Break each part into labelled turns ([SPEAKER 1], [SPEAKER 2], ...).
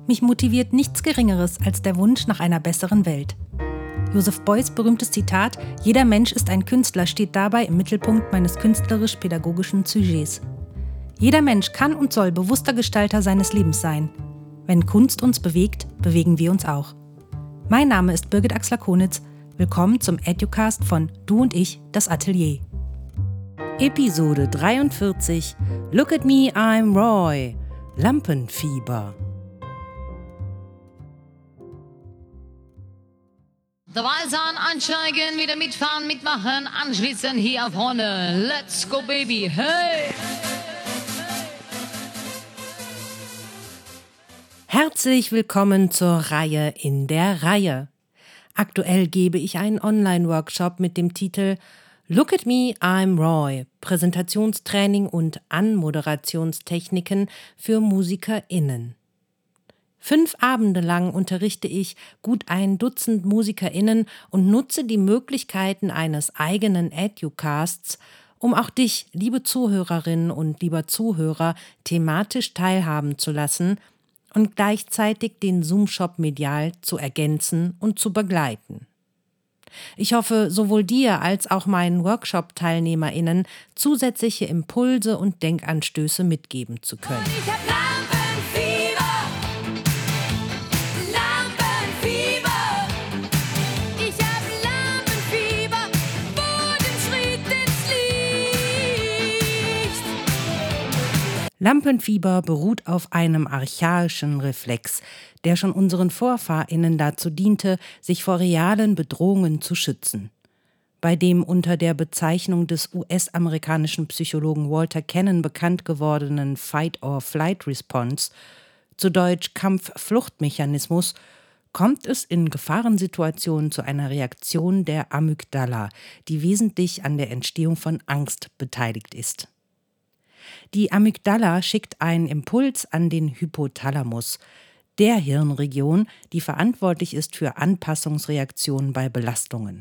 [SPEAKER 1] Mich motiviert nichts Geringeres als der Wunsch nach einer besseren Welt. Joseph Beuys berühmtes Zitat: „Jeder Mensch ist ein Künstler" steht dabei im Mittelpunkt meines künstlerisch-pädagogischen Sujets. Jeder Mensch kann und soll bewusster Gestalter seines Lebens sein. Wenn Kunst uns bewegt, bewegen wir uns auch. Mein Name ist Birgit Axler-Konitz. Willkommen zum Educast von Du und ich, das Atelier.
[SPEAKER 2] Episode 43 Look at me, I'm Roy. Lampenfieber.
[SPEAKER 3] Der Walzahn ansteigen, wieder mitfahren, mitmachen, anschließen hier vorne. Let's go, baby, hey!
[SPEAKER 2] Herzlich willkommen zur Reihe in der Reihe. Aktuell gebe ich einen Online-Workshop mit dem Titel Look at me, I'm Roy. Präsentationstraining und Anmoderationstechniken für MusikerInnen. 5 Abende lang unterrichte ich gut ein Dutzend MusikerInnen und nutze die Möglichkeiten eines eigenen Educasts, um auch dich, liebe Zuhörerinnen und lieber Zuhörer, thematisch teilhaben zu lassen und gleichzeitig den Zoom-Shop medial zu ergänzen und zu begleiten. Ich hoffe, sowohl dir als auch meinen Workshop-TeilnehmerInnen zusätzliche Impulse und Denkanstöße mitgeben zu können.
[SPEAKER 4] Ich hab Lampenfieber, Lampenfieber. Ich hab Lampenfieber, vor dem Schritt ins Licht.
[SPEAKER 2] Lampenfieber beruht auf einem archaischen Reflex, der schon unseren VorfahrInnen dazu diente, sich vor realen Bedrohungen zu schützen. Bei dem unter der Bezeichnung des US-amerikanischen Psychologen Walter Cannon bekannt gewordenen Fight-or-Flight-Response, zu Deutsch Kampf-Flucht-Mechanismus, kommt es in Gefahrensituationen zu einer Reaktion der Amygdala, die wesentlich an der Entstehung von Angst beteiligt ist. Die Amygdala schickt einen Impuls an den Hypothalamus, der Hirnregion, die verantwortlich ist für Anpassungsreaktionen bei Belastungen.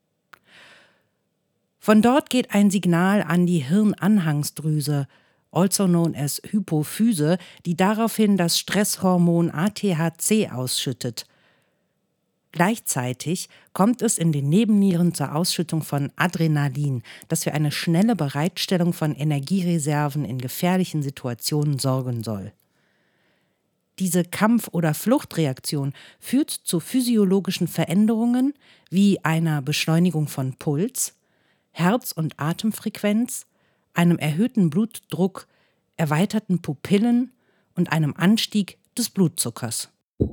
[SPEAKER 2] Von dort geht ein Signal an die Hirnanhangsdrüse, also known as Hypophyse, die daraufhin das Stresshormon ATHC ausschüttet. Gleichzeitig kommt es in den Nebennieren zur Ausschüttung von Adrenalin, das für eine schnelle Bereitstellung von Energiereserven in gefährlichen Situationen sorgen soll. Diese Kampf- oder Fluchtreaktion führt zu physiologischen Veränderungen wie einer Beschleunigung von Puls, Herz- und Atemfrequenz, einem erhöhten Blutdruck, erweiterten Pupillen und einem Anstieg des Blutzuckers.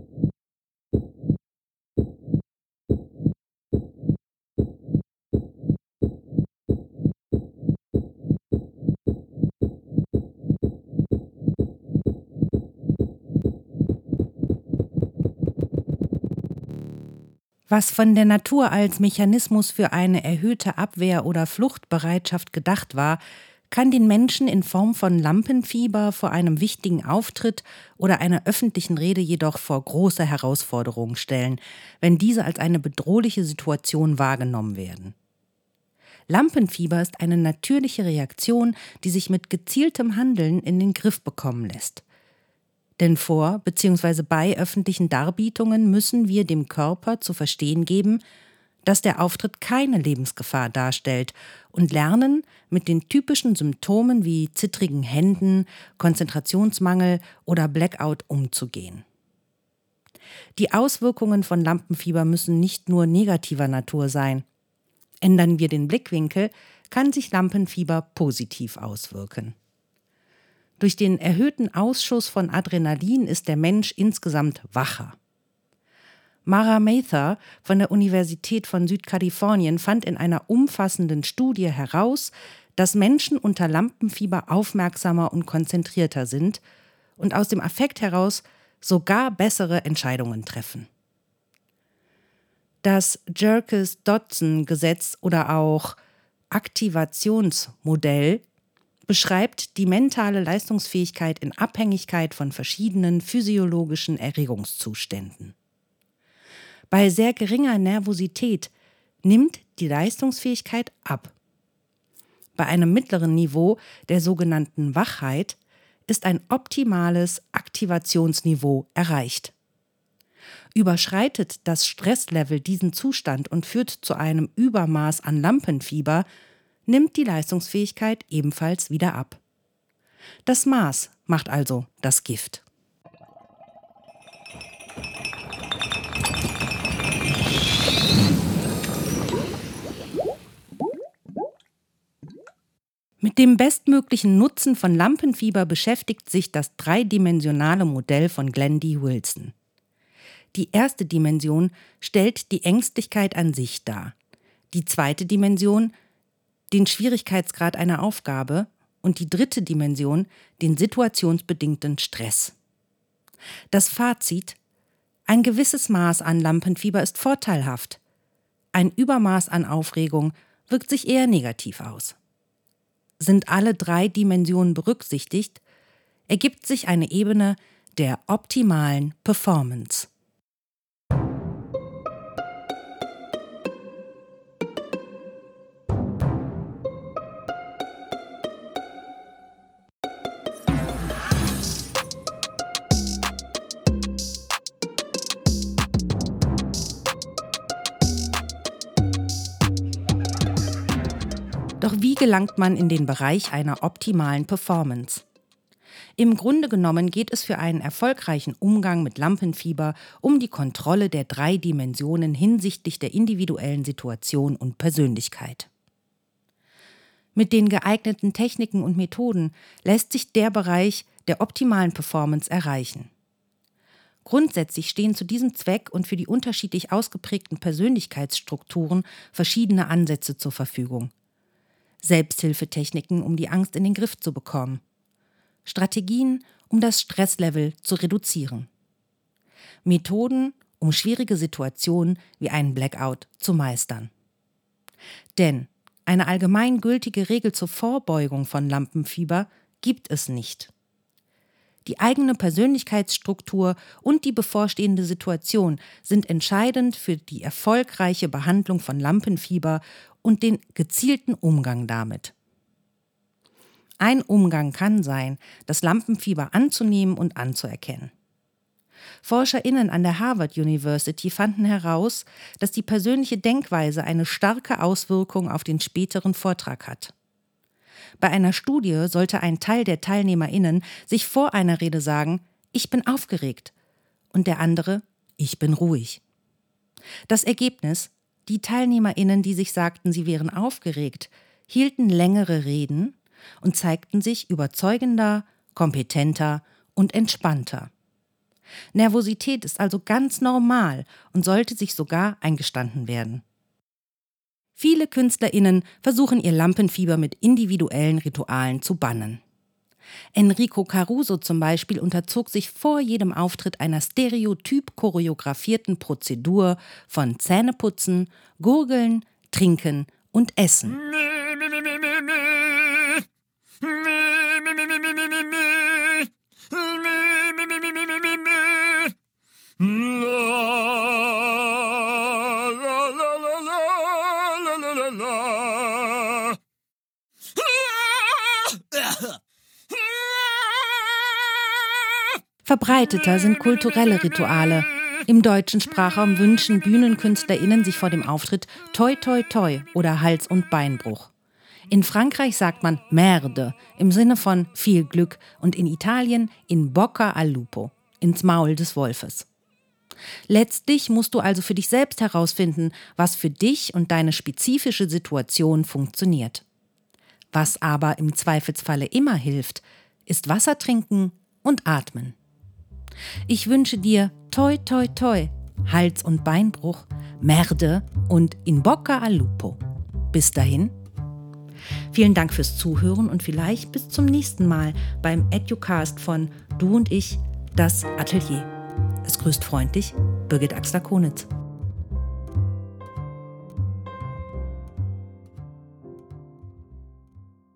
[SPEAKER 2] Was von der Natur als Mechanismus für eine erhöhte Abwehr- oder Fluchtbereitschaft gedacht war, kann den Menschen in Form von Lampenfieber vor einem wichtigen Auftritt oder einer öffentlichen Rede jedoch vor große Herausforderungen stellen, wenn diese als eine bedrohliche Situation wahrgenommen werden. Lampenfieber ist eine natürliche Reaktion, die sich mit gezieltem Handeln in den Griff bekommen lässt. Denn vor bzw. bei öffentlichen Darbietungen müssen wir dem Körper zu verstehen geben, dass der Auftritt keine Lebensgefahr darstellt und lernen, mit den typischen Symptomen wie zittrigen Händen, Konzentrationsmangel oder Blackout umzugehen. Die Auswirkungen von Lampenfieber müssen nicht nur negativer Natur sein. Ändern wir den Blickwinkel, kann sich Lampenfieber positiv auswirken. Durch den erhöhten Ausschuss von Adrenalin ist der Mensch insgesamt wacher. Mara Mather von der Universität von Südkalifornien fand in einer umfassenden Studie heraus, dass Menschen unter Lampenfieber aufmerksamer und konzentrierter sind und aus dem Affekt heraus sogar bessere Entscheidungen treffen. Das Jerkes-Dodson-Gesetz oder auch Aktivationsmodell beschreibt die mentale Leistungsfähigkeit in Abhängigkeit von verschiedenen physiologischen Erregungszuständen. Bei sehr geringer Nervosität nimmt die Leistungsfähigkeit ab. Bei einem mittleren Niveau der sogenannten Wachheit ist ein optimales Aktivationsniveau erreicht. Überschreitet das Stresslevel diesen Zustand und führt zu einem Übermaß an Lampenfieber, nimmt die Leistungsfähigkeit ebenfalls wieder ab. Das Maß macht also das Gift. Mit dem bestmöglichen Nutzen von Lampenfieber beschäftigt sich das dreidimensionale Modell von Glenn D. Wilson. Die erste Dimension stellt die Ängstlichkeit an sich dar, die zweite Dimension den Schwierigkeitsgrad einer Aufgabe und die dritte Dimension den situationsbedingten Stress. Das Fazit: Ein gewisses Maß an Lampenfieber ist vorteilhaft. Ein Übermaß an Aufregung wirkt sich eher negativ aus. Sind alle drei Dimensionen berücksichtigt, ergibt sich eine Ebene der optimalen Performance. Doch wie gelangt man in den Bereich einer optimalen Performance? Im Grunde genommen geht es für einen erfolgreichen Umgang mit Lampenfieber um die Kontrolle der drei Dimensionen hinsichtlich der individuellen Situation und Persönlichkeit. Mit den geeigneten Techniken und Methoden lässt sich der Bereich der optimalen Performance erreichen. Grundsätzlich stehen zu diesem Zweck und für die unterschiedlich ausgeprägten Persönlichkeitsstrukturen verschiedene Ansätze zur Verfügung. Selbsthilfetechniken, um die Angst in den Griff zu bekommen. Strategien, um das Stresslevel zu reduzieren. Methoden, um schwierige Situationen wie einen Blackout zu meistern. Denn eine allgemeingültige Regel zur Vorbeugung von Lampenfieber gibt es nicht. Die eigene Persönlichkeitsstruktur und die bevorstehende Situation sind entscheidend für die erfolgreiche Behandlung von Lampenfieber und den gezielten Umgang damit. Ein Umgang kann sein, das Lampenfieber anzunehmen und anzuerkennen. ForscherInnen an der Harvard University fanden heraus, dass die persönliche Denkweise eine starke Auswirkung auf den späteren Vortrag hat. Bei einer Studie sollte ein Teil der TeilnehmerInnen sich vor einer Rede sagen: Ich bin aufgeregt, und der andere: Ich bin ruhig. Das Ergebnis: Die TeilnehmerInnen, die sich sagten, sie wären aufgeregt, hielten längere Reden und zeigten sich überzeugender, kompetenter und entspannter. Nervosität ist also ganz normal und sollte sich sogar eingestanden werden. Viele KünstlerInnen versuchen ihr Lampenfieber mit individuellen Ritualen zu bannen. Enrico Caruso zum Beispiel unterzog sich vor jedem Auftritt einer stereotyp choreografierten Prozedur von Zähneputzen, Gurgeln, Trinken und Essen. Verbreiteter sind kulturelle Rituale. Im deutschen Sprachraum wünschen BühnenkünstlerInnen sich vor dem Auftritt Toi Toi Toi oder Hals- und Beinbruch. In Frankreich sagt man Merde im Sinne von viel Glück und in Italien in Bocca al Lupo, ins Maul des Wolfes. Letztlich musst du also für dich selbst herausfinden, was für dich und deine spezifische Situation funktioniert. Was aber im Zweifelsfalle immer hilft, ist Wasser trinken und atmen. Ich wünsche dir Toi Toi Toi, Hals- und Beinbruch, Merde und in Bocca al Lupo. Bis dahin. Vielen Dank fürs Zuhören und vielleicht bis zum nächsten Mal beim Educast von Du und ich, das Atelier. Es grüßt freundlich Birgit Axler-Konitz.